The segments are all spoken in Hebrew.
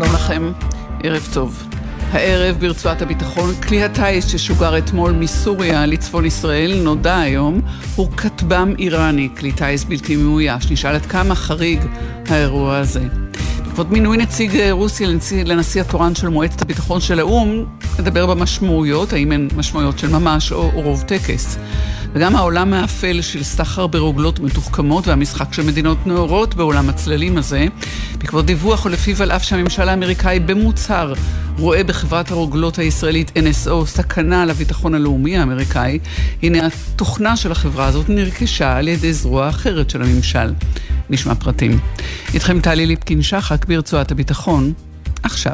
שלום לכם, ערב טוב. הערב ברצועת הביטחון, כלי הטייס ששוגר אתמול מסוריה לצפון ישראל, נודע היום, הוא כטב"ם איראני, כלי טייס בלתי מאויש. נשאל עד כמה חריג האירוע הזה. בעקבות מינוי נציג רוסיה לנשיא התורן של מועצת הביטחון של האו"ם, נדבר במשמעויות, האם הן משמעויות של ממש או רוב טקס. וגם העולם האפל של סחר ברוגלות מתוחכמות והמשחק של מדינות נאורות בעולם הצללים הזה, בעקבות דיווח ולפיו על אף שהממשל האמריקאי במוצהר רואה בחברת הרוגלות הישראלית NSO סכנה לביטחון הלאומי האמריקאי, הנה התוכנה של החברה הזאת נרכשה על ידי זרוע אחרת של הממשל. נשמע פרטים. איתכם טלי ליפקין שחק ברצועת הביטחון, עכשיו.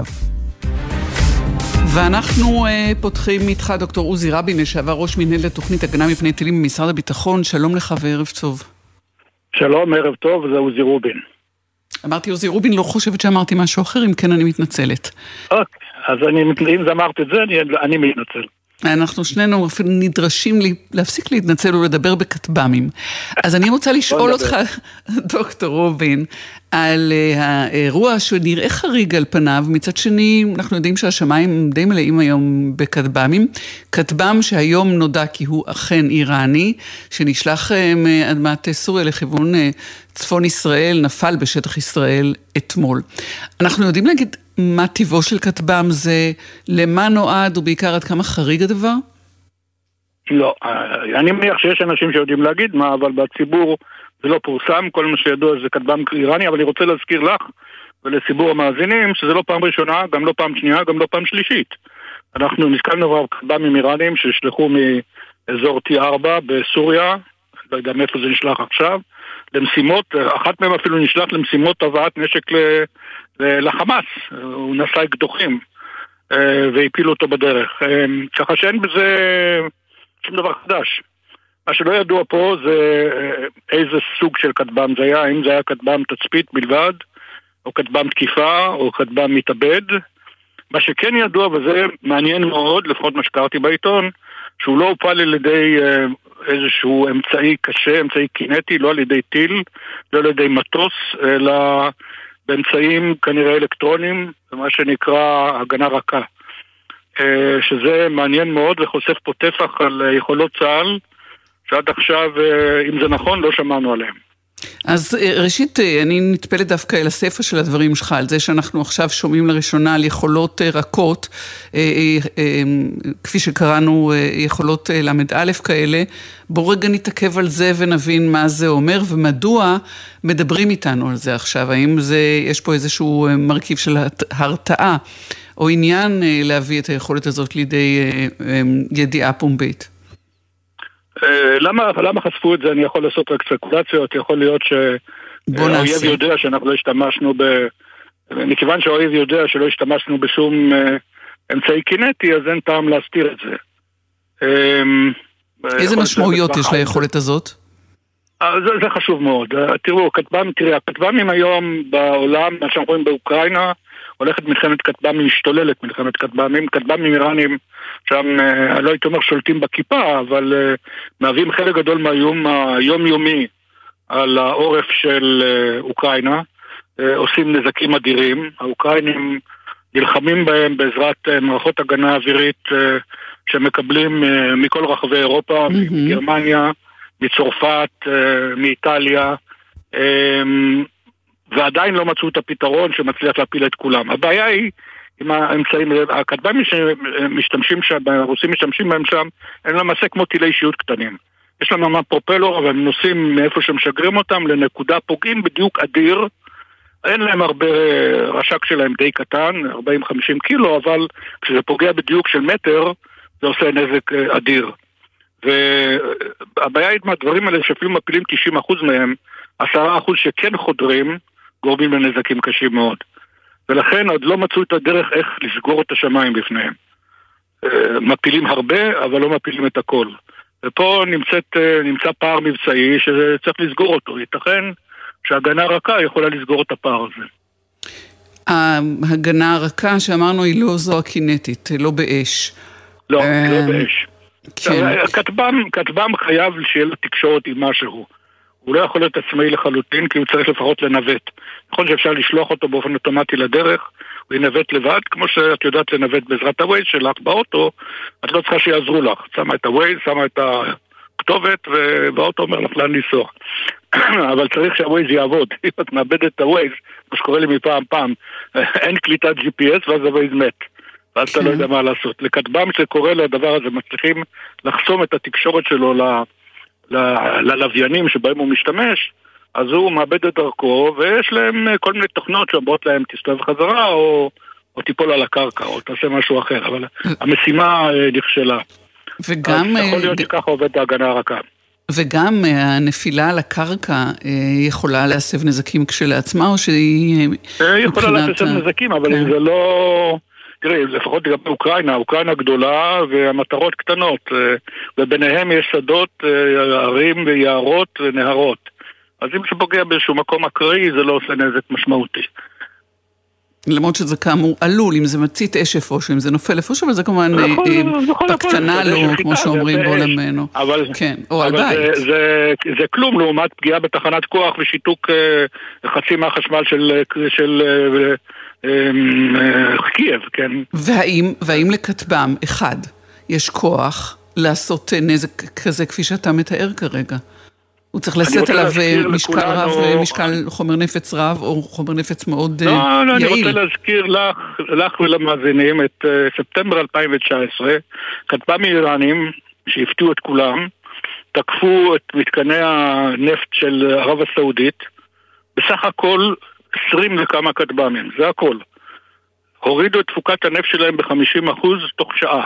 ואנחנו פותחים איתך דוקטור עוזי רבין, לשעבר ראש מנהלת תוכנית הגנה מפני טילים במשרד הביטחון. שלום לך וערב טוב. שלום, ערב טוב, זה עוזי רובין. אמרתי עוזי רובין, לא חושבת שאמרתי משהו אחר, אם כן אני מתנצלת. אוקיי, אז אם זה אמרת את זה, אני מתנצל. אנחנו שנינו אפילו נדרשים להפסיק להתנצל ולדבר בכטב"מים. אז אני רוצה לשאול אותך, דוקטור רובין, על האירוע שנראה חריג על פניו. מצד שני, אנחנו יודעים שהשמיים די מלאים היום בכטב"מים. כטב"ם שהיום נודע כי הוא אכן איראני, שנשלח מאדמת סוריה לכיוון צפון ישראל, נפל בשטח ישראל אתמול. אנחנו יודעים להגיד מה טיבו של כטב"ם, זה למה נועד ובעיקר עד כמה חריג הדבר? לא, אני מניח שיש אנשים שיודעים להגיד מה, אבל בציבור זה לא פורסם, כל מה שידוע זה כטב"ם איראני, אבל אני רוצה להזכיר לך ולציבור המאזינים שזה לא פעם ראשונה, גם לא פעם שנייה, גם לא פעם שלישית. אנחנו נזכרנו כטב"מים איראנים ששלחו מאזור T4 בסוריה, לא יודע מאיפה זה נשלח עכשיו, למשימות, אחת מהם אפילו נשלח למשימות הבאת נשק לחמאס, הוא נסע אקדוחים והפילו אותו בדרך, ככה שאין בזה שום דבר חדש. מה שלא ידוע פה זה איזה סוג של כטב"ם זה היה, האם זה היה כטב"ם תצפית בלבד, או כטב"ם תקיפה, או כטב"ם מתאבד. מה שכן ידוע, וזה מעניין מאוד, לפחות מה שקראתי בעיתון, שהוא לא הופל על ידי איזשהו אמצעי קשה, אמצעי קינטי, לא על ידי טיל, לא על ידי מטוס, אלא באמצעים כנראה אלקטרונים, מה שנקרא הגנה רכה. שזה מעניין מאוד וחושף פה טפח על יכולות צה"ל, שעד עכשיו, אם זה נכון, לא שמענו עליהם. אז ראשית, אני נטפלת דווקא אל הספר של הדברים שלך, על זה שאנחנו עכשיו שומעים לראשונה על יכולות רכות, כפי שקראנו יכולות למד כאלה. בוא רגע נתעכב על זה ונבין מה זה אומר ומדוע מדברים איתנו על זה עכשיו. האם יש פה איזשהו מרכיב של הרתעה או עניין להביא את היכולת הזאת לידי ידיעה פומבית? למה חשפו את זה? אני יכול לעשות רק ספקולציות, יכול להיות שהאויב יודע שאנחנו לא השתמשנו מכיוון שהאויב יודע שלא השתמשנו בשום אמצעי קינטי, אז אין טעם להסתיר את זה. איזה משמעויות יש ליכולת הזאת? זה חשוב מאוד. תראו, הכטב"מים היום בעולם, מה שאנחנו רואים באוקראינה, הולכת מלחמת כטב"מים, משתוללת מלחמת כטב"מים, כטב"מים איראנים, שם, לא הייתי אומר שולטים בכיפה, אבל מהווים חלק גדול מהאיום היומיומי על העורף של אוקראינה, עושים נזקים אדירים, האוקראינים נלחמים בהם בעזרת מערכות הגנה אווירית שמקבלים מכל רחבי אירופה, מגרמניה, מצרפת, מאיטליה, ועדיין לא מצאו את הפתרון שמצליח להפיל את כולם. הבעיה היא עם האמצעים, הכטב"מים שמשתמשים שם, הרוסים משתמשים בהם שם, הם למעשה כמו טילי אישיות קטנים. יש להם ממש פרופלור, אבל הם נוסעים מאיפה שמשגרים אותם לנקודה, פוגעים בדיוק אדיר, אין להם הרבה, רשק שלהם די קטן, 40-50 קילו, אבל כשזה פוגע בדיוק של מטר, זה עושה נזק אדיר. והבעיה היא מהדברים האלה שאפילו מפילים 90% מהם, 10% שכן חודרים, גורמים לנזקים קשים מאוד. ולכן עוד לא מצאו את הדרך איך לסגור את השמיים בפניהם. מפילים הרבה, אבל לא מפילים את הכל. ופה נמצא פער מבצעי שצריך לסגור אותו. ייתכן שהגנה רכה יכולה לסגור את הפער הזה. ההגנה הרכה שאמרנו היא לא זו הקינטית, לא באש. לא באש. כטב"ם חייב שיהיה לו תקשורת עם משהו. הוא לא יכול להיות עצמאי לחלוטין, כי הוא צריך לפחות לנווט. נכון שאפשר לשלוח אותו באופן אוטומטי לדרך, הוא ינווט לבד, כמו שאת יודעת לנווט בעזרת הווייז שלך באוטו, את לא צריכה שיעזרו לך. שמה את הווייז, שמה את הכתובת, ובאוטו אומר לך לאן לנסוע. אבל צריך שהווייז יעבוד. אם את מאבדת את הווייז, כמו שקורה לי מפעם פעם, אין קליטת GPS ואז הווייז מת. ואז אתה לא יודע מה לעשות. לכתב"ם שקורה לדבר הזה, מצליחים לחסום את התקשורת שלו ללוויינים שבהם הוא משתמש, אז הוא מאבד את דרכו, ויש להם כל מיני תוכנות שאומרות להם תסתובב חזרה, או תיפול על הקרקע, או תעשה משהו אחר, אבל המשימה נכשלה. וגם... אז יכול להיות שככה עובד ההגנה הרכה. וגם הנפילה על הקרקע יכולה להסב נזקים כשלעצמה, או שהיא... יכולה להסב נזקים, אבל זה לא... תראי, לפחות לגבי אוקראינה גדולה והמטרות קטנות, וביניהם יש שדות, ערים ויערות ונהרות. אז אם זה פוגע באיזשהו מקום אקראי, זה לא עושה נזק משמעותי. למרות שזה כאמור עלול, אם זה מצית אש איפוש, אם זה נופל איפוש, אבל זה כמובן בקטנה לו, כמו שאומרים בעולמנו. או על בית. זה כלום לעומת פגיעה בתחנת כוח ושיתוק חצי מהחשמל של קייב, כן. והאם לכתב"ם אחד יש כוח לעשות נזק כזה כפי שאתה מתאר כרגע? הוא צריך לשאת עליו משקל רב, משקל חומר נפץ רב, או חומר נפץ מאוד יעיל. לא, אני רוצה להזכיר לך ולמאזינים את ספטמבר 2019, כטב"מים איראנים שהפתיעו את כולם, תקפו את מתקני הנפט של ערב הסעודית, בסך הכל 20 וכמה כטב"מים, זה הכל. הורידו את תפוקת הנפט שלהם ב-50% תוך שעה.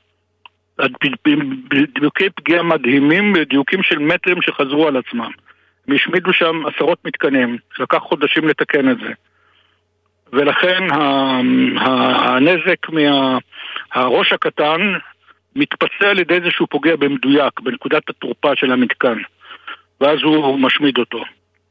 דיוקי פגיעה מדהימים, דיוקים של מטרים שחזרו על עצמם. הם השמידו שם עשרות מתקנים, לקח חודשים לתקן את זה. ולכן הנזק מהראש הקטן מתפצע על ידי איזשהו פוגע במדויק, בנקודת התורפה של המתקן. ואז הוא משמיד אותו.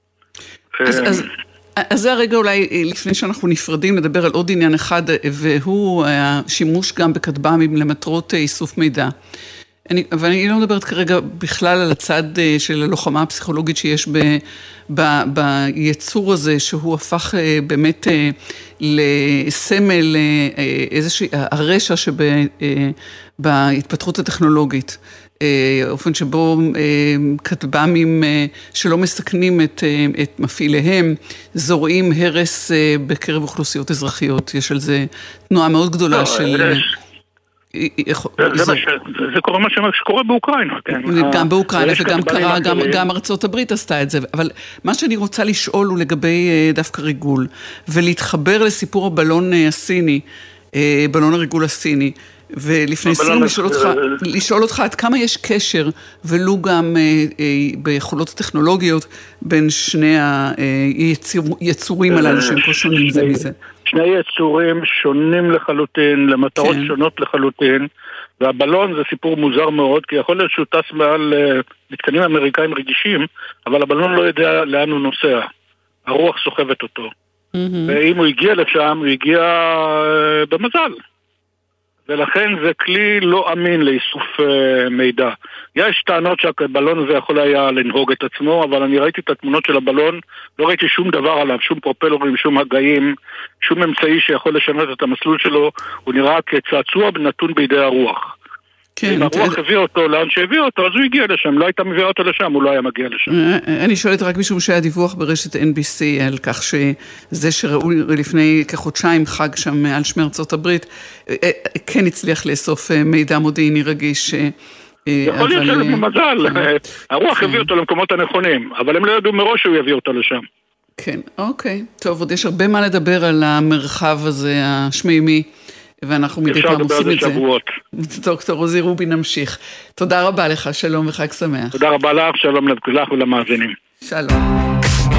אז זה הרגע אולי, לפני שאנחנו נפרדים, לדבר על עוד עניין אחד, והוא השימוש גם בכטב"מים למטרות איסוף מידע. ואני לא מדברת כרגע בכלל על הצד של הלוחמה הפסיכולוגית שיש ביצור הזה, שהוא הפך באמת לסמל איזושהי הרשע שבהתפתחות הטכנולוגית. אופן שבו כטב"מים שלא מסכנים את מפעיליהם, זורעים הרס בקרב אוכלוסיות אזרחיות. יש על זה תנועה מאוד גדולה של... זה קורה מה שקורה באוקראינה, כן. גם באוקראינה וגם קרה, גם ארצות הברית עשתה את זה. אבל מה שאני רוצה לשאול הוא לגבי דווקא ריגול, ולהתחבר לסיפור הבלון הסיני, בלון הריגול הסיני. ולפני סיום לשאול אותך עד כמה יש קשר, ולו גם ביכולות הטכנולוגיות, בין שני היצורים הללו שהם פה שונים זה מזה. שני יצורים שונים לחלוטין, למטרות שונות לחלוטין, והבלון זה סיפור מוזר מאוד, כי יכול להיות שהוא טס מעל מתקנים אמריקאים רגישים, אבל הבלון לא יודע לאן הוא נוסע. הרוח סוחבת אותו. ואם הוא הגיע לשם, הוא הגיע במזל. ולכן זה כלי לא אמין לאיסוף מידע. יש טענות שהבלון הזה יכול היה לנהוג את עצמו, אבל אני ראיתי את התמונות של הבלון, לא ראיתי שום דבר עליו, שום פרופלורים, שום הגאים, שום אמצעי שיכול לשנות את המסלול שלו, הוא נראה כצעצוע נתון בידי הרוח. אם הרוח הביא אותו לאן שהביא אותו, אז הוא הגיע לשם, לא הייתה מביאה אותו לשם, הוא לא היה מגיע לשם. אני שואלת רק משום שהיה דיווח ברשת NBC על כך שזה שראו לפני כחודשיים חג שם על שמי ארצות הברית, כן הצליח לאסוף מידע מודיעיני רגיש. יכול להיות שלנו מזל, הרוח הביא אותו למקומות הנכונים, אבל הם לא ידעו מראש שהוא יביא אותו לשם. כן, אוקיי. טוב, עוד יש הרבה מה לדבר על המרחב הזה, השמימי. ואנחנו מדי פעם עושים את זה. דוקטור עוזי רובין נמשיך. תודה רבה לך, שלום וחג שמח. תודה רבה לך, שלום לך ולמאזינים. שלום.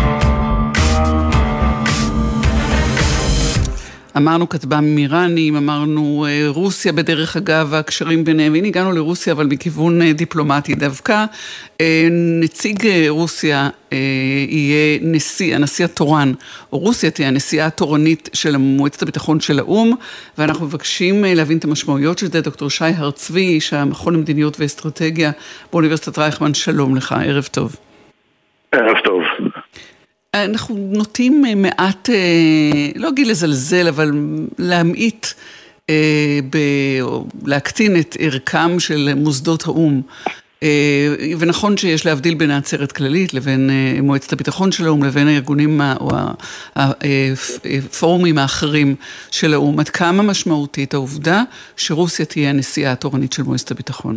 אמרנו כטב"מים איראנים, אמרנו רוסיה בדרך אגב, הקשרים ביניהם, והנה הגענו לרוסיה אבל מכיוון דיפלומטי דווקא. נציג רוסיה יהיה הנשיא התורן, או רוסיה תהיה הנשיאה התורנית של מועצת הביטחון של האום, ואנחנו מבקשים להבין את המשמעויות של זה. דוקטור שי הר צבי, איש המכון למדיניות ואסטרטגיה באוניברסיטת רייכמן, שלום לך, ערב טוב. ערב טוב. אנחנו נוטים מעט, לא אגיד לזלזל, אבל להמעיט, להקטין את ערכם של מוסדות האום. ונכון שיש להבדיל בין העצרת כללית לבין מועצת הביטחון של האום, לבין הארגונים או הפורומים האחרים של האום. עד כמה משמעותית העובדה שרוסיה תהיה הנשיאה התורנית של מועצת הביטחון?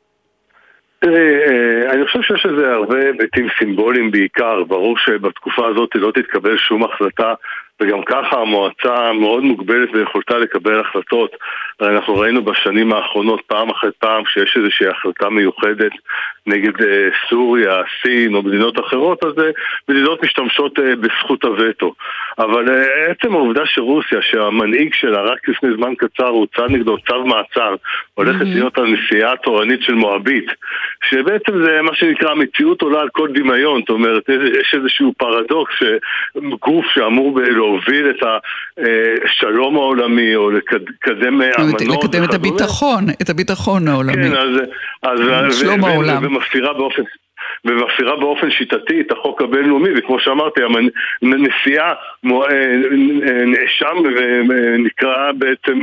אני חושב שיש לזה הרבה היבטים סימבוליים בעיקר. ברור שבתקופה הזאת לא תתקבל שום החלטה, וגם ככה המועצה מאוד מוגבלת ביכולתה לקבל החלטות. אנחנו ראינו בשנים האחרונות פעם אחרי פעם שיש איזושהי החלטה מיוחדת נגד סוריה, סין או מדינות אחרות, אז מדינות משתמשות בזכות הווטו. אבל עצם העובדה שרוסיה, שהמנהיג שלה רק לפני זמן קצר הוצא נגדו צו מעצר, הולכת להיות הנשיאה התורנית של מואבית, שבעצם זה מה שנקרא מציאות עולה על כל דמיון. זאת אומרת, יש איזשהו פרדוקס שגוף שאמור להוביל את השלום העולמי או לקדם אמנות, לקדם את הביטחון, את הביטחון העולמי. כן, אז שלום העולם. ומפרה באופן שיטתי את החוק הבינלאומי, וכמו שאמרתי, הנשיאה נאשם ונקרא בעצם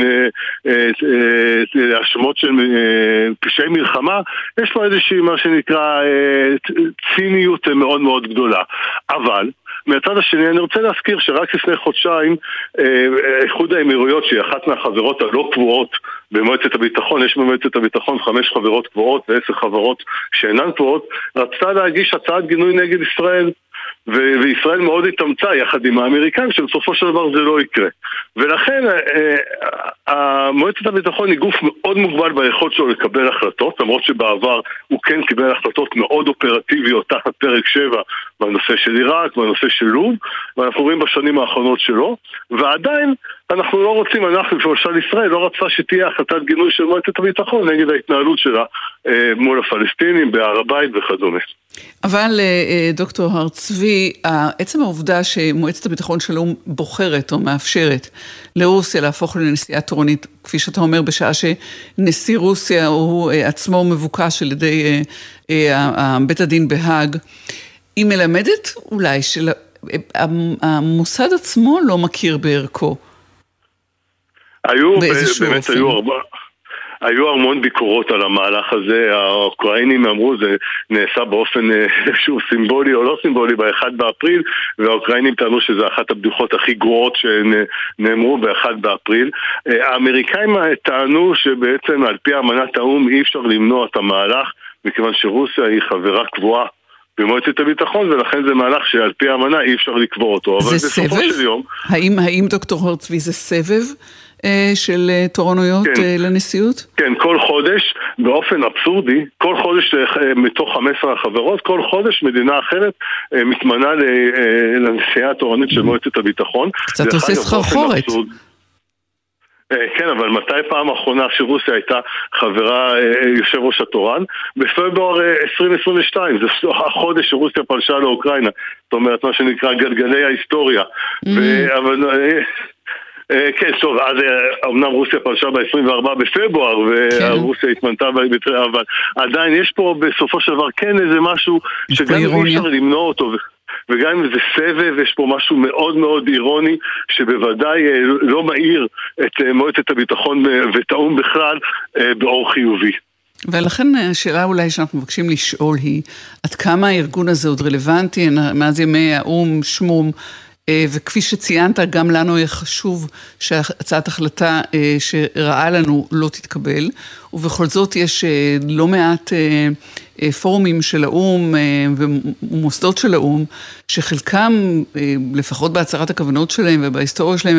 האשמות של פשעי מלחמה. יש פה איזושהי מה שנקרא ציניות מאוד מאוד גדולה. אבל מהצד השני אני רוצה להזכיר שרק לפני חודשיים איחוד האמירויות, שהיא אחת מהחברות הלא קבועות במועצת הביטחון, יש במועצת הביטחון 5 חברות קבועות ו10 חברות שאינן קבועות, רצתה להגיש הצעת גינוי נגד ישראל, וישראל מאוד התאמצה יחד עם האמריקאים שבסופו של דבר זה לא יקרה. ולכן מועצת הביטחון היא גוף מאוד מוגבל ביכולת שלו לקבל החלטות, למרות שבעבר הוא כן קיבל החלטות מאוד אופרטיביות תחת פרק 7 בנושא של עיראק, בנושא של לוב, ואנחנו רואים בשנים האחרונות שלו, ועדיין אנחנו לא רוצים, אנחנו למשל ישראל לא רצה שתהיה החלטת גינוי של מועצת הביטחון נגד ההתנהלות שלה מול הפלסטינים בהר הבית וכדומה. אבל דוקטור הר צבי, עצם העובדה שמועצת הביטחון של האום בוחרת או מאפשרת לרוסיה להפוך לנשיאה תורנית, כפי שאתה אומר, בשעה שנשיא רוסיה הוא עצמו מבוקש על ידי בית הדין בהאג, היא מלמדת אולי שהמוסד עצמו לא מכיר בערכו. היו המון ביקורות על המהלך הזה. האוקראינים אמרו זה נעשה באופן שהוא סימבולי או לא סימבולי ב-1 באפריל, והאוקראינים טענו שזה אחת הבדיחות הכי גרועות שנאמרו ב-1 באפריל. האמריקאים טענו שבעצם על פי אמנת האום אי אפשר למנוע את המהלך, מכיוון שרוסיה היא חברה קבועה במועצת הביטחון, ולכן זה מהלך שעל פי האמנה אי אפשר לקבור אותו. זה סבב? האם דוקטור הר צבי זה סבב של תורנויות לנשיאות? כן, כל חודש, באופן אבסורדי, כל חודש מתוך 15 החברות, כל חודש מדינה אחרת מתמנה לנשיאה התורנית של מועצת הביטחון. קצת עושה סחרחורת. כן, אבל מתי פעם האחרונה שרוסיה הייתה חברה יושב ראש התורן? בפברואר 2022, זה החודש שרוסיה פלשה לאוקראינה. זאת אומרת, מה שנקרא גלגלי ההיסטוריה. כן, טוב, אז אמנם רוסיה פלשה ב-24 בפברואר, ורוסיה התמנתה אבל עדיין יש פה בסופו של דבר כן איזה משהו שגם אי אפשר למנוע אותו, וגם אם זה סבב, יש פה משהו מאוד מאוד אירוני, שבוודאי לא מאיר את מועצת הביטחון ואת האום בכלל באור חיובי. ולכן השאלה אולי שאנחנו מבקשים לשאול היא, עד כמה הארגון הזה עוד רלוונטי, מאז ימי האום שמום, וכפי שציינת, גם לנו יהיה חשוב שהצעת החלטה שראה לנו לא תתקבל, ובכל זאת יש לא מעט פורומים של האום ומוסדות של האום, שחלקם, לפחות בהצהרת הכוונות שלהם ובהיסטוריה שלהם,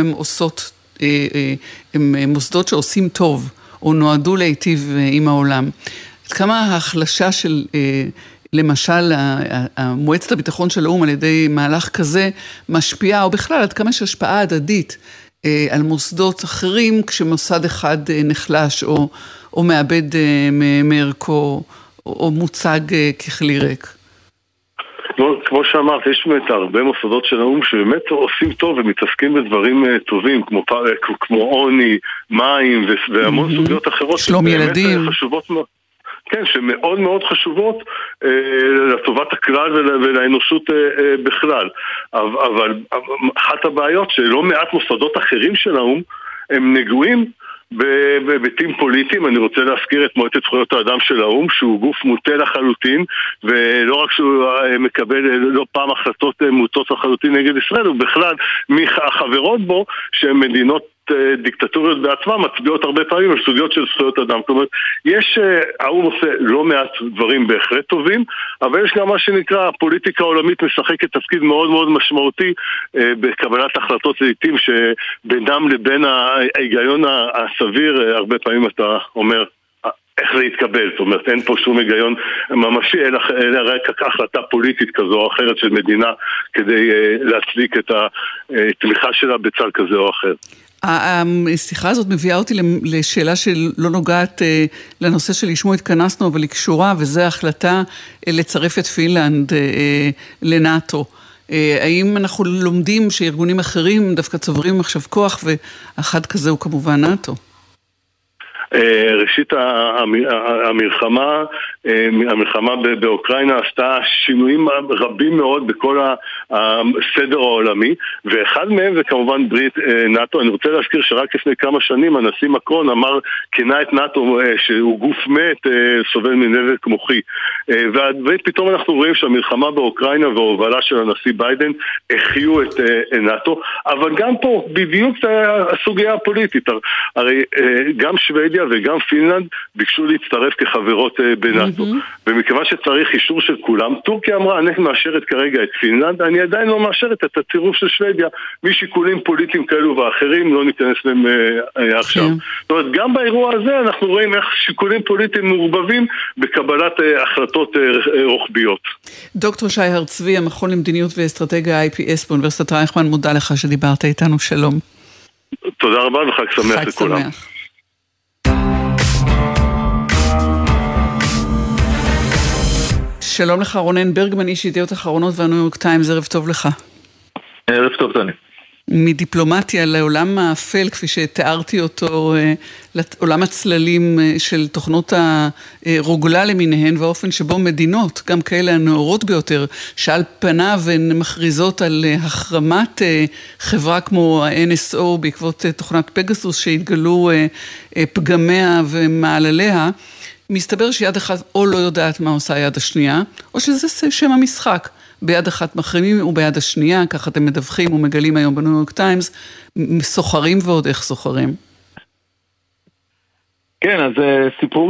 הם מוסדות שעושים טוב, או נועדו להיטיב עם העולם. עד כמה ההחלשה של למשל, מועצת הביטחון של האום על ידי מהלך כזה משפיעה, או בכלל, עד כמה יש השפעה הדדית על מוסדות אחרים, כשמוסד אחד נחלש או מאבד מערכו, או מוצג ככלי ריק. כמו שאמרת, יש באמת הרבה מוסדות של האום שבאמת עושים טוב ומתעסקים בדברים טובים, כמו עוני, מים והמון סוגיות אחרות. שלום ילדים. חשובות מאוד. כן, שמאוד מאוד חשובות לטובת הכלל ולאנושות בכלל. אבל אחת הבעיות שלא מעט מוסדות אחרים של האו"ם הם נגועים בהיבטים פוליטיים. אני רוצה להזכיר את מועצת זכויות האדם של האו"ם, שהוא גוף מוטה לחלוטין, ולא רק שהוא מקבל לא פעם החלטות מוטות לחלוטין נגד ישראל, ובכלל מהחברות בו שהן מדינות דיקטטוריות בעצמם מצביעות הרבה פעמים על סוגיות של זכויות אדם. זאת אומרת, האו"ם עושה לא מעט דברים בהחלט טובים, אבל יש גם מה שנקרא הפוליטיקה העולמית משחקת תפקיד מאוד מאוד משמעותי בקבלת החלטות לעתים שבינם לבין ההיגיון הסביר הרבה פעמים אתה אומר איך זה יתקבל. זאת אומרת, אין פה שום היגיון ממשי, אלא רק החלטה פוליטית כזו או אחרת של מדינה כדי להצדיק את התמיכה שלה בצד כזה או אחר. השיחה הזאת מביאה אותי לשאלה שלא נוגעת לנושא שלשמו התכנסנו, אבל היא קשורה, וזה ההחלטה לצרף את פינלנד לנאטו. האם אנחנו לומדים שארגונים אחרים דווקא צוברים עכשיו כוח, ואחד כזה הוא כמובן נאטו? ראשית, המלחמה באוקראינה עשתה שינויים רבים מאוד בכל הסדר העולמי, ואחד מהם זה כמובן ברית נאטו. אני רוצה להזכיר שרק לפני כמה שנים הנשיא מקרון כינה את נאטו שהוא גוף מת, סובל מנזק מוחי, ופתאום אנחנו רואים שהמלחמה באוקראינה וההובלה של הנשיא ביידן החיו את נאטו. אבל גם פה בדיוק הסוגיה הפוליטית, הרי גם שוודיה וגם פינלנד ביקשו להצטרף כחברות בנאטו, ומכיוון שצריך אישור של כולם, טורקיה אמרה, אני מאשרת כרגע את פינלנד, אני עדיין לא מאשרת את הצירוף של שוודיה, משיקולים פוליטיים כאלו ואחרים, לא ניכנס להם עכשיו. זאת אומרת, גם באירוע הזה אנחנו רואים איך שיקולים פוליטיים מעורבבים בקבלת החלטות רוחביות. דוקטור שי הר-צבי, המכון למדיניות ואסטרטגיה IPS באוניברסיטת רייכמן, מודה לך שדיברת איתנו. שלום. תודה רבה וחג שמח לכולם. שלום לך רונן ברגמן, איש ידיעות אחרונות והניו יורק טיימס, ערב טוב לך. ערב טוב, תני. מדיפלומטיה לעולם האפל, כפי שתיארתי אותו, לעולם הצללים של תוכנות הרוגלה למיניהן, והאופן שבו מדינות, גם כאלה הנאורות ביותר, שעל פניו הן מכריזות על החרמת חברה כמו ה-NSO בעקבות תוכנת פגסוס שהתגלו פגמיה ומעלליה, מסתבר שיד אחת או לא יודעת מה עושה יד השנייה, או שזה שם המשחק. ביד אחת מחרימים וביד השנייה, ככה אתם מדווחים ומגלים היום בניו יורק טיימס, סוחרים ועוד איך סוחרים. כן, אז סיפור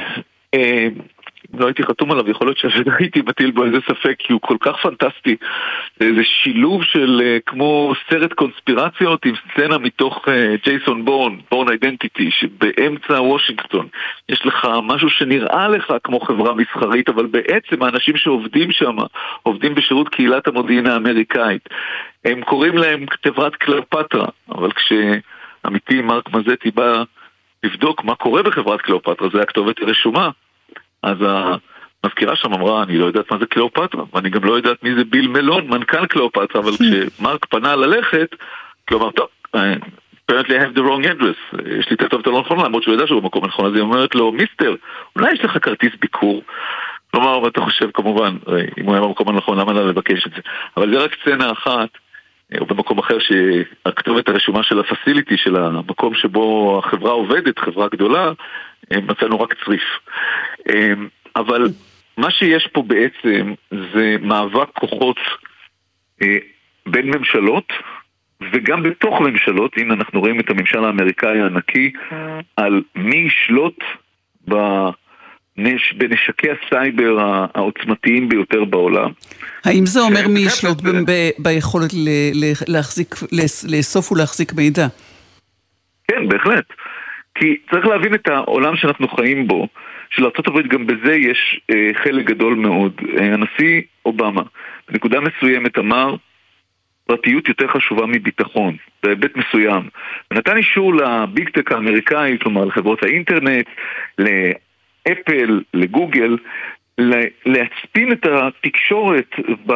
לא הייתי חתום עליו, יכול להיות שהייתי מטיל בו איזה ספק, כי הוא כל כך פנטסטי. זה שילוב של כמו סרט קונספירציות עם סצנה מתוך ג'ייסון בורן אידנטיטי, שבאמצע וושינגטון יש לך משהו שנראה לך כמו חברה מסחרית, אבל בעצם האנשים שעובדים שם, עובדים בשירות קהילת המודיעין האמריקאית. הם קוראים להם חברת קליאופטרה, אבל כשעמיתי מרק מזטי בא לבדוק מה קורה בחברת קליאופטרה, זה הכתובת הרשומה, אז המזכירה שם אמרה, אני לא יודעת מה זה קליאופטרה, ואני גם לא יודעת מי זה ביל מלון, מנכ"ל קליאופטרה, אבל כשמרק פנה ללכת, כלומר, טוב, apparently I have the wrong address, יש לי את הכתובת הלא נכון, למרות שהוא יודע שהוא במקום הנכון, אז היא אומרת לו, מיסטר, אולי יש לך כרטיס ביקור? כלומר, ואתה חושב כמובן, אם הוא היה במקום הנכון, למה לא לבקש את זה? אבל זה רק סצנה אחת, או במקום אחר שהכתובת הרשומה של הפסיליטי, של המקום שבו החברה עובדת, חברה גדולה, מצאנו רק צריף. אבל מה שיש פה בעצם זה מאבק כוחות בין ממשלות, וגם בתוך ממשלות. הנה אנחנו רואים את הממשל האמריקאי הענקי על מי ישלוט בנשקי הסייבר העוצמתיים ביותר בעולם. האם זה אומר מי ישלוט ביכולת לאסוף ולהחזיק מידע? כן, בהחלט. כי צריך להבין את העולם שאנחנו חיים בו, שלארצות הברית גם בזה יש חלק גדול מאוד. הנשיא אובמה בנקודה מסוימת אמר, פרטיות יותר חשובה מביטחון, בהיבט מסוים. ונתן אישור לביג טק האמריקאי, כלומר לחברות האינטרנט, לאפל, לגוגל, להצפין את התקשורת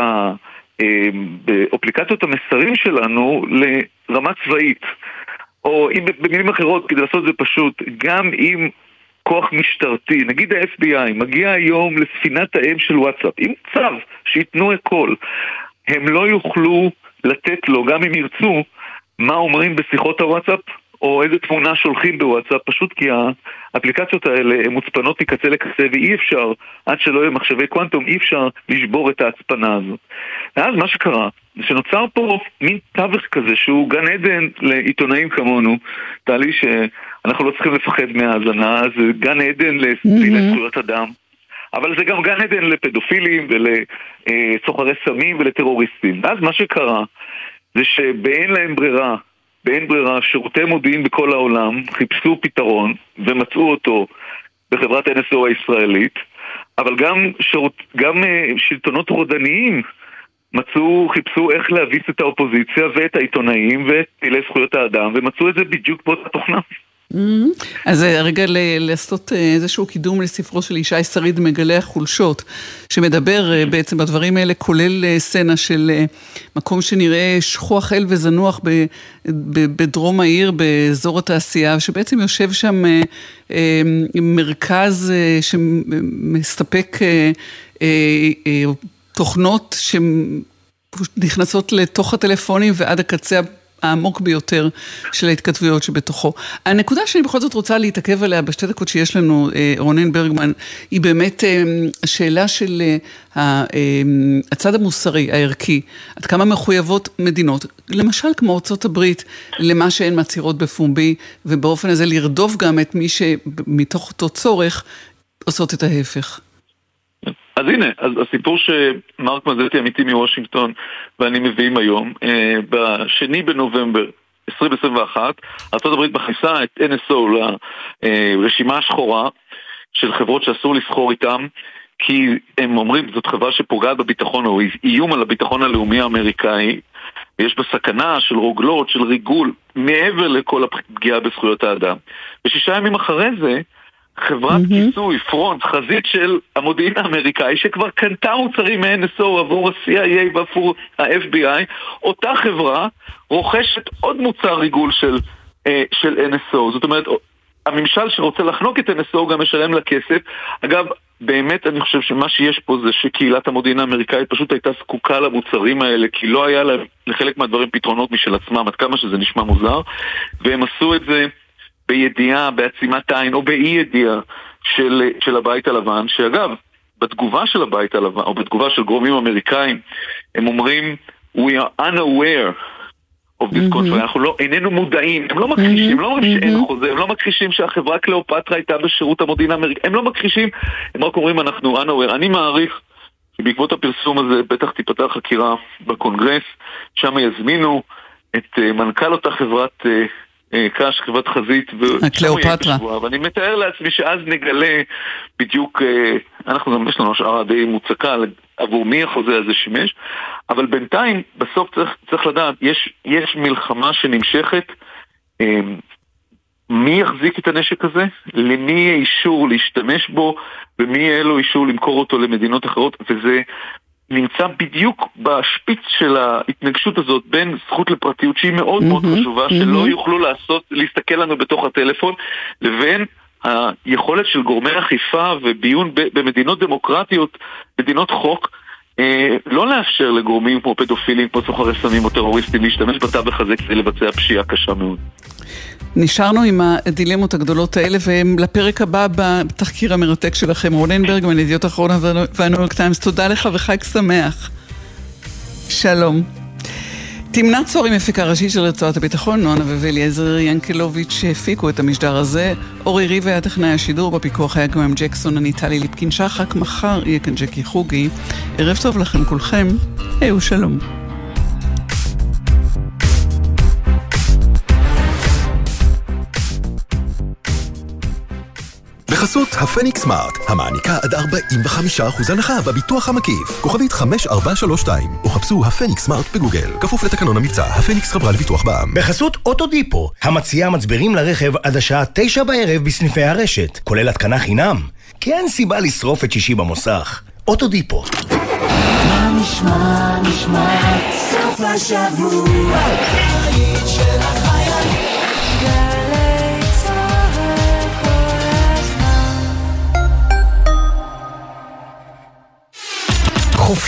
באפליקציות המסרים שלנו לרמה צבאית. או אם במילים אחרות, כדי לעשות זה פשוט, גם אם כוח משטרתי, נגיד ה-FBI, מגיע היום לספינת האם של וואטסאפ, עם צו שיתנו הכל, הם לא יוכלו לתת לו, גם אם ירצו, מה אומרים בשיחות הוואטסאפ, או איזה תמונה שולחים בוואטסאפ, פשוט כי האפליקציות האלה הן מוצפנות מקצה לקצה, ואי אפשר, עד שלא יהיה מחשבי קוונטום, אי אפשר לשבור את ההצפנה הזאת. ואז מה שקרה, זה שנוצר פה מין תווך כזה, שהוא גן עדן לעיתונאים כמונו, תעלי שאנחנו לא צריכים לפחד מהאזנה, זה גן עדן לפעילי זכויות אדם, אבל זה גם גן עדן לפדופילים ולסוחרי סמים ולטרוריסטים. ואז מה שקרה, זה שבאין להם ברירה, שירותי מודיעין בכל העולם חיפשו פתרון ומצאו אותו בחברת NSO הישראלית, אבל גם שלטונות רודניים חיפשו איך להביס את האופוזיציה ואת העיתונאים ואת פעילי זכויות האדם, ומצאו את זה בדיוק באותה תוכנה. אז רגע לעשות איזשהו קידום לספרו של ישי שריד מגלה החולשות, שמדבר בעצם בדברים האלה, כולל סצנה של מקום שנראה שכוח אל וזנוח בדרום העיר, באזור התעשייה, שבעצם יושב שם מרכז שמספק תוכנות שנכנסות לתוך הטלפונים ועד הקצה העמוק ביותר של ההתכתבויות שבתוכו. הנקודה שאני בכל זאת רוצה להתעכב עליה בשתי דקות שיש לנו, רונן ברגמן, היא באמת השאלה של הצד המוסרי, הערכי, עד כמה מחויבות מדינות, למשל כמו ארצות הברית, למה שהן מצהירות בפומבי, ובאופן הזה לרדוף גם את מי שמתוך אותו צורך עושות את ההפך. אז הנה, אז הסיפור שמרק מזלטי אמיתי מוושינגטון ואני מביאים היום, ב2 בנובמבר 2021, ארצות הברית מכניסה את NSO לרשימה השחורה של חברות שאסור לסחור איתם, כי הם אומרים, זאת חברה שפוגעת בביטחון, או איום על הביטחון הלאומי האמריקאי, ויש בה סכנה של רוגלות, של ריגול, מעבר לכל הפגיעה בזכויות האדם. ו6 ימים אחרי זה, חברת כיסוי, פרונט, חזית של המודיעין האמריקאי, שכבר קנתה מוצרים מ-NSO עבור ה-CIA ועבור ה-FBI, אותה חברה רוכשת עוד מוצר ריגול של NSO. זאת אומרת, הממשל שרוצה לחנוק את NSO גם משלם לה כסף. אגב, באמת אני חושב שמה שיש פה זה שקהילת המודיעין האמריקאית פשוט הייתה זקוקה למוצרים האלה, כי לא היה לחלק מהדברים פתרונות משל עצמם, עד כמה שזה נשמע מוזר, והם עשו את זה בידיעה, בעצימת עין, או באי ידיעה של הבית הלבן, שאגב, בתגובה של הבית הלבן, או בתגובה של גורמים אמריקאים, הם אומרים, we are unaware of this country, אנחנו איננו מודעים, הם לא מכחישים, לא אומרים שאין חוזה, הם לא מכחישים שהחברה קליאופטרה הייתה בשירות המודיעין האמריקאי, הם לא מכחישים, הם רק אומרים, אנחנו unaware. אני מעריך שבעקבות הפרסום הזה, בטח תיפתח חקירה בקונגרס, שם יזמינו את מנכ"ל אותה חברת קש, חברת חזית, הקליאופטרה. ואני מתאר לעצמי שאז נגלה בדיוק, אנחנו גם יש לנו השערה די מוצקה עבור מי החוזה הזה שימש, אבל בינתיים בסוף צריך לדעת, יש מלחמה שנמשכת, מי יחזיק את הנשק הזה, למי יהיה אישור להשתמש בו, ומי יהיה לו אישור למכור אותו למדינות אחרות, וזה נמצא בדיוק בשפיץ של ההתנגשות הזאת בין זכות לפרטיות שהיא מאוד מאוד חשובה, שלא יוכלו להסתכל לנו בתוך הטלפון, לבין היכולת של גורמי אכיפה וביון במדינות דמוקרטיות, מדינות חוק, לא לאפשר לגורמים כמו פדופילים, כמו סוחרי סמים או טרוריסטים, להשתמש בתווך הזה כדי לבצע פשיעה קשה מאוד. נשארנו עם הדילמות הגדולות האלה, ולפרק הבא בתחקיר המרתק שלכם. רונן ברגמן, ידיעות אחרונות והניו יורק טיימס, תודה לך וחג שמח. שלום. תמנת צורי מפיקה ראשית של רצועת הביטחון, נונה ואליעזר ינקלוביץ' שהפיקו את המשדר הזה. אורי ריב היה טכנאי השידור, בפיקוח היה גם ג'קסון, אני טלי ליפקין שחק, מחר יהיה כאן ג'קי חוגי. ערב טוב לכם כולכם, היו שלום. בחסות הפניקס סמארט, המעניקה עד 45% הנחה בביטוח המקיף. כוכבית 5432, או חפשו הפניקס סמארט בגוגל. כפוף לתקנון המבצע, הפניקס חברה לביטוח בע"מ. בחסות אוטודיפו, המציעה מצברים לרכב עד השעה 9 בערב בסניפי הרשת, כולל התקנה חינם. כי אין סיבה לשרוף את שישי במוסך. אוטודיפו. מה נשמע, סוף השבוע, החיים של החיילים. גלי צהר כל הזמן.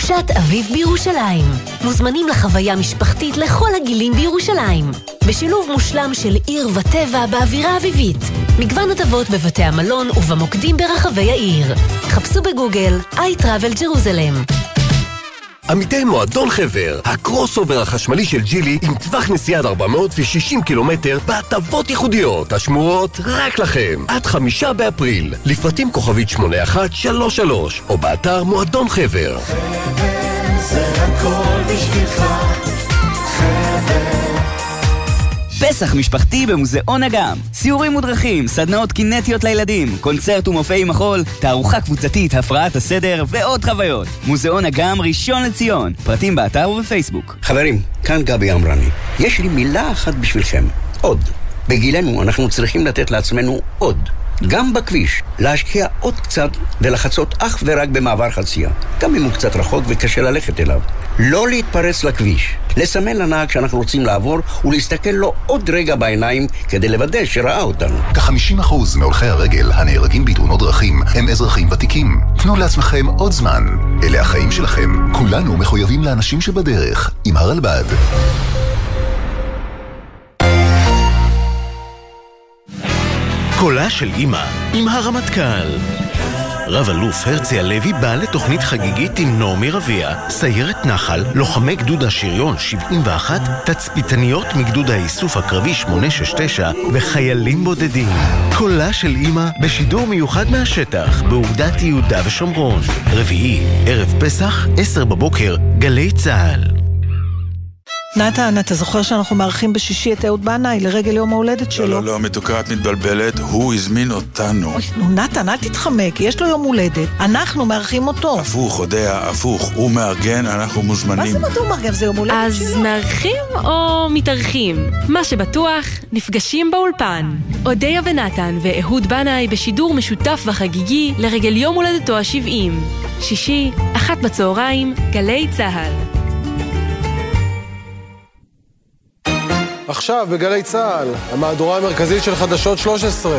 חופשת אביב בירושלים. מוזמנים לחוויה משפחתית לכל הגילים בירושלים. בשילוב מושלם של עיר וטבע באווירה אביבית. מגוון הטבות בבתי המלון ובמוקדים ברחבי העיר. חפשו בגוגל iTravel Jerusalem. עמיתי מועדון חבר, הקרוסובר החשמלי של ג'ילי עם טווח נסיעה עד 460 קילומטר בהטבות ייחודיות השמורות רק לכם עד 5 באפריל. לפרטים כוכבית 8133 או באתר מועדון חבר. חבר זה הכל בשבילך, חבר. פסח משפחתי במוזיאון אגם. סיורים מודרכים, סדנאות קינטיות לילדים, קונצרט ומופעי מחול, תערוכה קבוצתית, הפרעת הסדר ועוד חוויות. מוזיאון אגם ראשון לציון. פרטים באתר ובפייסבוק. חברים, כאן גבי אמרני. יש לי מילה אחת בשבילכם. עוד. בגילנו אנחנו צריכים לתת לעצמנו עוד. גם בכביש, להשקיע עוד קצת ולחצות אך ורק במעבר חצייה. גם אם הוא קצת רחוק וקשה ללכת אליו. לא להתפרץ לכביש. לסמן לנהג שאנחנו רוצים לעבור ולהסתכל לו עוד רגע בעיניים כדי לוודא שראה אותנו. כ-50% מהולכי הרגל הנהרגים בתאונות דרכים הם אזרחים ותיקים. תנו לעצמכם עוד זמן. אלה החיים שלכם. כולנו מחויבים לאנשים שבדרך. עם הרלב"ד. קולה של אמא עם הרמטכ"ל. רב אלוף הרצי הלוי בא לתוכנית חגיגית עם נעמי רביע, סיירת נחל, לוחמי גדוד השריון 71, תצפיתניות מגדוד האיסוף הקרבי 869 וחיילים בודדים. קולה של אמא בשידור מיוחד מהשטח באוגדת יהודה ושומרון. רביעי, ערב פסח, 10 בבוקר, גלי צהל. נתן, אתה זוכר שאנחנו מארחים בשישי את אהוד בנאי לרגל יום ההולדת שלו? לא, מתוקה, את מתבלבלת, הוא הזמין אותנו. נו, נתן, אל תתחמק, יש לו יום הולדת, אנחנו מארחים אותו. הפוך, הודע, הפוך, הוא מארגן, אנחנו מוזמנים. מה זה מדוע מארגן? זה יום הולדת שלו. אז מארחים או מתארחים? מה שבטוח, נפגשים באולפן. הודע ונתן ואהוד בנאי בשידור משותף וחגיגי לרגל יום הולדתו ה-70. שישי, 1 בצהריים, גלי צהל. עכשיו בגלי צהל, המהדורה המרכזית של חדשות 13.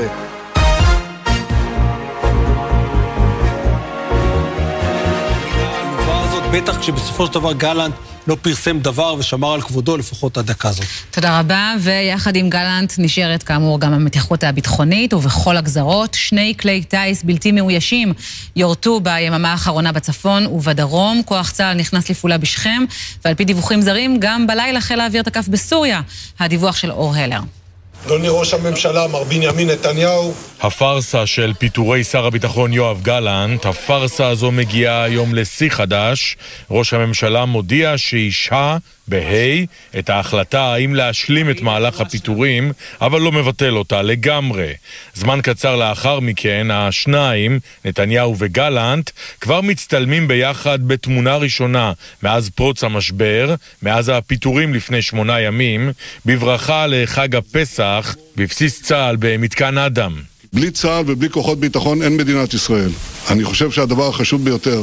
המובאה הזאת בטח כשבסופו של דבר גלנט לא פרסם דבר ושמר על כבודו לפחות הדקה הזאת. תודה רבה, ויחד עם גלנט נשארת כאמור גם המתיחות הביטחונית ובכל הגזרות. 2 כלי טייס בלתי מאוישים יורטו ביממה האחרונה בצפון ובדרום. כוח צה"ל נכנס לפעולה בשכם, ועל פי דיווחים זרים גם בלילה חיל האוויר תקף בסוריה. הדיווח של אור הלר. אדוני ראש הממשלה, מר בנימין נתניהו. הפרסה של פיטורי שר הביטחון יואב גלנט, הפרסה הזו מגיעה היום לשיא חדש. ראש הממשלה מודיע שאישה בהי את ההחלטה האם להשלים את מהלך הפיטורים, אבל לא מבטל אותה לגמרי. זמן קצר לאחר מכן, השניים, נתניהו וגלנט, כבר מצטלמים ביחד בתמונה ראשונה מאז פרוץ המשבר, מאז הפיטורים לפני 8 ימים, בברכה לחג הפסח בבסיס צה"ל במתקן אדם. בלי צה"ל ובלי כוחות ביטחון אין מדינת ישראל. אני חושב שהדבר החשוב ביותר,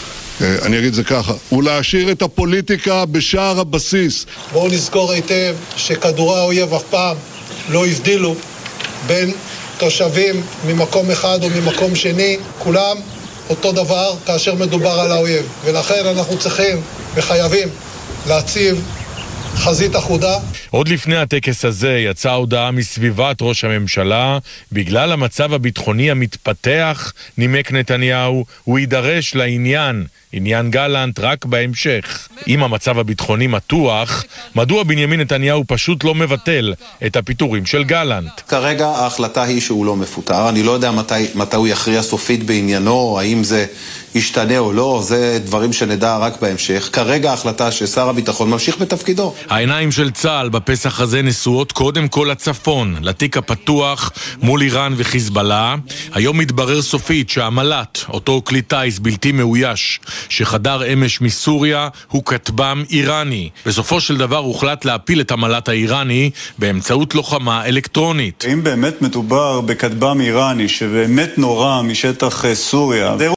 אני אגיד זה ככה, הוא להשאיר את הפוליטיקה בשער הבסיס. בואו נזכור היטב שכדורי האויב אף פעם לא הבדילו בין תושבים ממקום אחד או ממקום שני, כולם אותו דבר כאשר מדובר על האויב. ולכן אנחנו צריכים וחייבים להציב חזית אחודה. עוד לפני הטקס הזה יצאה הודעה מסביבת ראש הממשלה, בגלל המצב הביטחוני המתפתח, נימק נתניהו, הוא יידרש לעניין גלנט רק בהמשך. אם המצב הביטחוני מתוח, מדוע בנימין נתניהו פשוט לא מבטל את הפיטורים של גלנט? כרגע ההחלטה היא שהוא לא מפוטר, אני לא יודע מתי הוא יכריע סופית בעניינו, האם זה ישתנה או לא, זה דברים שנדע רק בהמשך. כרגע ההחלטה ששר הביטחון ממשיך בתפקידו. העיניים של צה"ל בפסח הזה נשואות קודם כל לצפון, לתיק הפתוח מול איראן וחיזבאללה. היום מתברר סופית שהמל"ט, אותו כלי טייס בלתי מאויש שחדר אמש מסוריה, הוא כטב"ם איראני. בסופו של דבר הוחלט להפיל את המל"ט האיראני באמצעות לוחמה אלקטרונית. אם באמת מדובר בכטב"ם איראני שבאמת נורא משטח סוריה,